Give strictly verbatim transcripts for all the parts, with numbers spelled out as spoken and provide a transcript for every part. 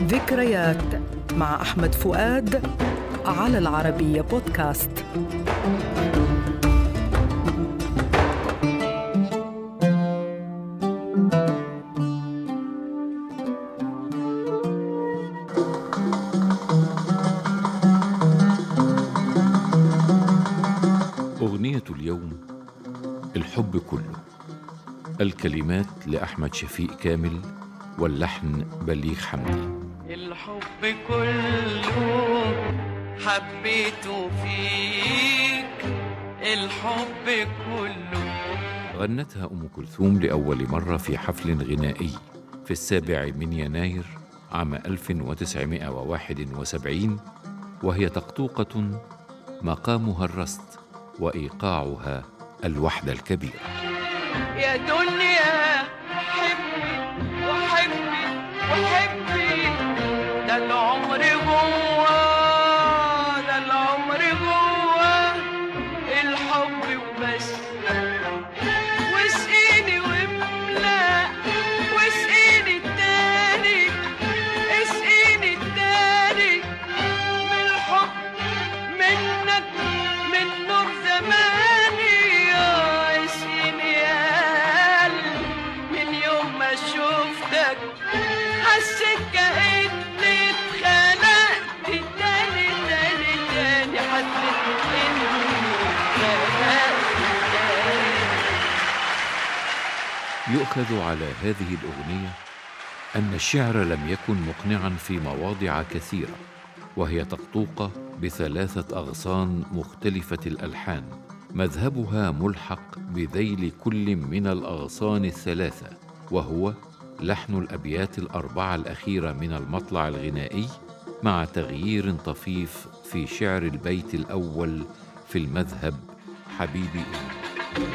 ذكريات مع أحمد فؤاد على العربية بودكاست. أغنية اليوم الحب كله. الكلمات لأحمد شفيق كامل واللحن بليغ حمدي. الحب كله حبيته فيك، الحب كله. غنتها أم كلثوم لأول مرة في حفل غنائي في السابع من يناير عام ألف وتسعمائة وواحد وسبعين، وهي طقطوقة مقامها الرصد وإيقاعها الوحدة الكبيرة. يا دنيا حبي وحبي وحبي، ده العمر جوا، ده العمر جوا الحب وبس. واسقيني واملأ واسقيني التاني، اسقيني التاني من الحب منك، من نور زماني. يا اسقيني يا قلبي من يوم ما شفتك، حسيت كأني اتخلقت تاني تاني تاني، حسيت إني اتخلقت تاني. يؤخذ على هذه الأغنية أن الشعر لم يكن مقنعا في مواضع كثيرة، وهي طقطوقة بثلاثة أغصان مختلفة الألحان، مذهبها ملحق بذيل كل من الأغصان الثلاثة، وهو لحن الأبيات الأربعة الأخيرة من المطلع الغنائي مع تغيير طفيف في شعر البيت الأول في المذهب حبيبي إني.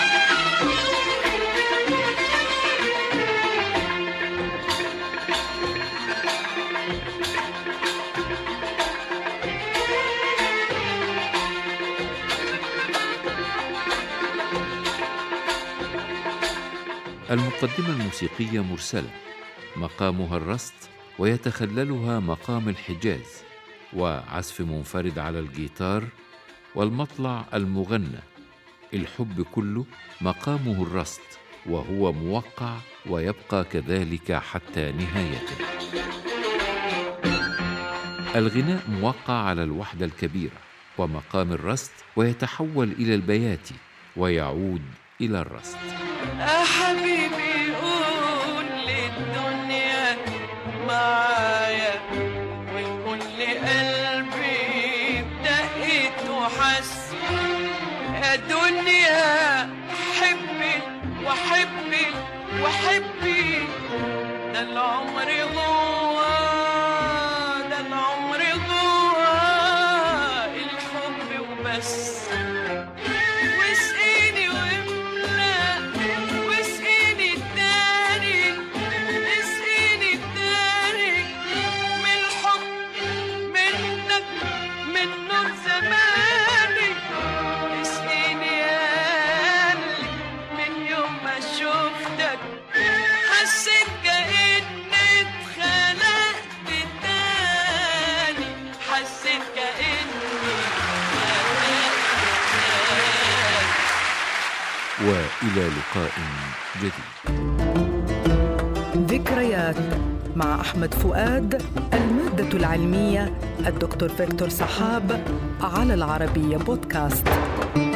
المقدمة الموسيقية مرسلة مقامها الرصد، ويتخللها مقام الحجاز وعزف منفرد على الجيتار، والمطلع المغنى الحب كله مقامه الرصد، وهو موقع ويبقى كذلك حتى نهايته. الغناء موقع على الوحدة الكبيرة ومقام الرصد، ويتحول إلى البياتي ويعود إلى الرصد. يا حبيبي قول للدنيا معايا، وكل قلبي بدقت وحس. يا دنيا حبي وحبي وحبي، ده العمر جوا، ده العمر جوا الحب وبس. حسيت كأني اتخلقت تاني، حسيت كأني اتخلقت تاني. وإلى لقاء جديد. ذكريات مع أحمد فؤاد، المادة العلمية الدكتور فيكتور سحاب على العربية بودكاست.